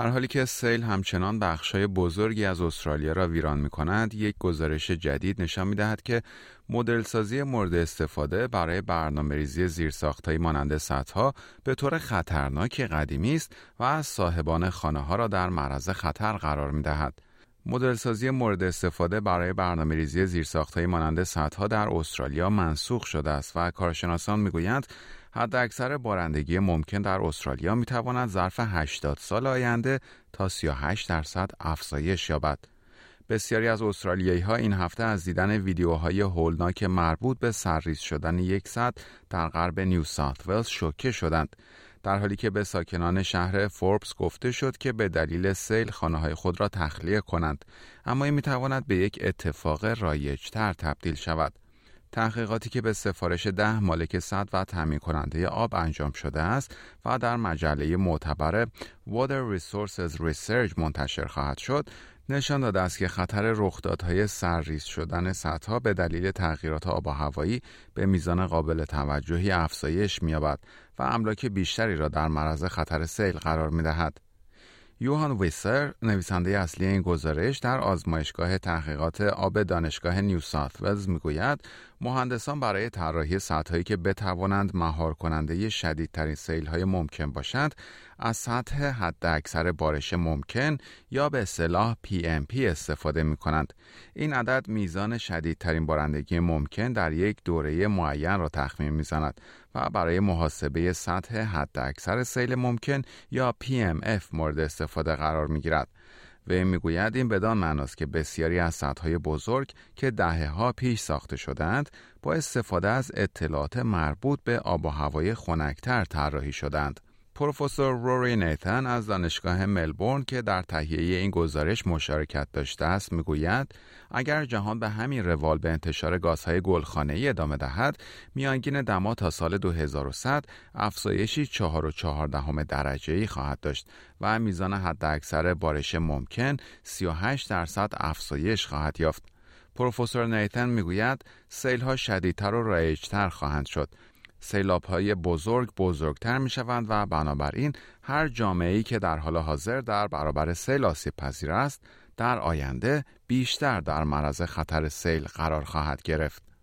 در حالی که سیل همچنان بخشای بزرگی از استرالیا را ویران می‌کند، یک گزارش جدید نشان می‌دهد که مدل‌سازی مورد استفاده برای برنامه‌ریزی زیرساخت‌هایی مانند سدها به طور خطرناکی قدیمی است و از صاحبان خانه‌ها را در معرض خطر قرار می‌دهد. مدل‌سازی مورد استفاده برای برنامه‌ریزی زیرساخت‌های مانند سدها در استرالیا منسوخ شده است و کارشناسان می‌گویند حداکثر بارندگی ممکن در استرالیا می‌تواند ظرف 80 سال آینده تا 38% افزایش یابد. بسیاری از استرالیایی‌ها این هفته از دیدن ویدیوهای هولناک مربوط به سرریز شدن یک سد در غرب نیو ساوت ولز شوکه شدند، در حالی که به ساکنان شهر فوربس گفته شد که به دلیل سیل خانه‌های خود را تخلیه کنند، اما این می‌تواند به یک اتفاق رایج‌تر تبدیل شود. تحقیقاتی که به سفارش 10 مالک سد و تامین کننده آب انجام شده است و در مجله معتبر Water Resources Research منتشر خواهد شد، نشان داده است که خطر رخدادهای سرریز شدن سدها به دلیل تغییرات آب و هوایی به میزان قابل توجهی افزایش می‌یابد و املاک بیشتری را در معرض خطر سیل قرار می‌دهد. یوهان ویسر، نویسنده اصلی این گزارش، در آزمایشگاه تحقیقات آب دانشگاه نیو ساوت ولز میگوید مهندسان برای طراحی سدهایی که بتوانند مهار کننده شدیدترین سیل‌های ممکن باشند، از سطح حداکثر بارش ممکن یا به اصطلاح PMP استفاده می‌کنند. این عدد میزان شدیدترین بارندگی ممکن در یک دوره معین را تخمین می‌زند و برای محاسبه سطح حداکثر سیل ممکن یا PMF مورد استفاده قرار می‌گیرد. و میگوید این بدان معناست که بسیاری از سدهای بزرگ که دهه‌ها پیش ساخته شدند با استفاده از اطلاعات مربوط به آب و هوای خنک‌تر طراحی شدند. پروفسور روری نیتن از دانشگاه ملبورن که در تهیه این گزارش مشارکت داشته است میگوید اگر جهان به همین روال به انتشار گازهای گلخانه‌ای ادامه دهد، میانگین دما تا سال 2100 افزایشی 4.4 درجه‌ای خواهد داشت و میزان حداکثر بارش ممکن 38% افزایش خواهد یافت. پروفسور نیتن میگوید سیل‌ها شدیدتر و رایج‌تر خواهند شد. سیلاب‌های بزرگتر می‌شوند و بنابراین هر جامعه‌ای که در حال حاضر در برابر سیل آسیب پذیر است، در آینده بیشتر در معرض خطر سیل قرار خواهد گرفت.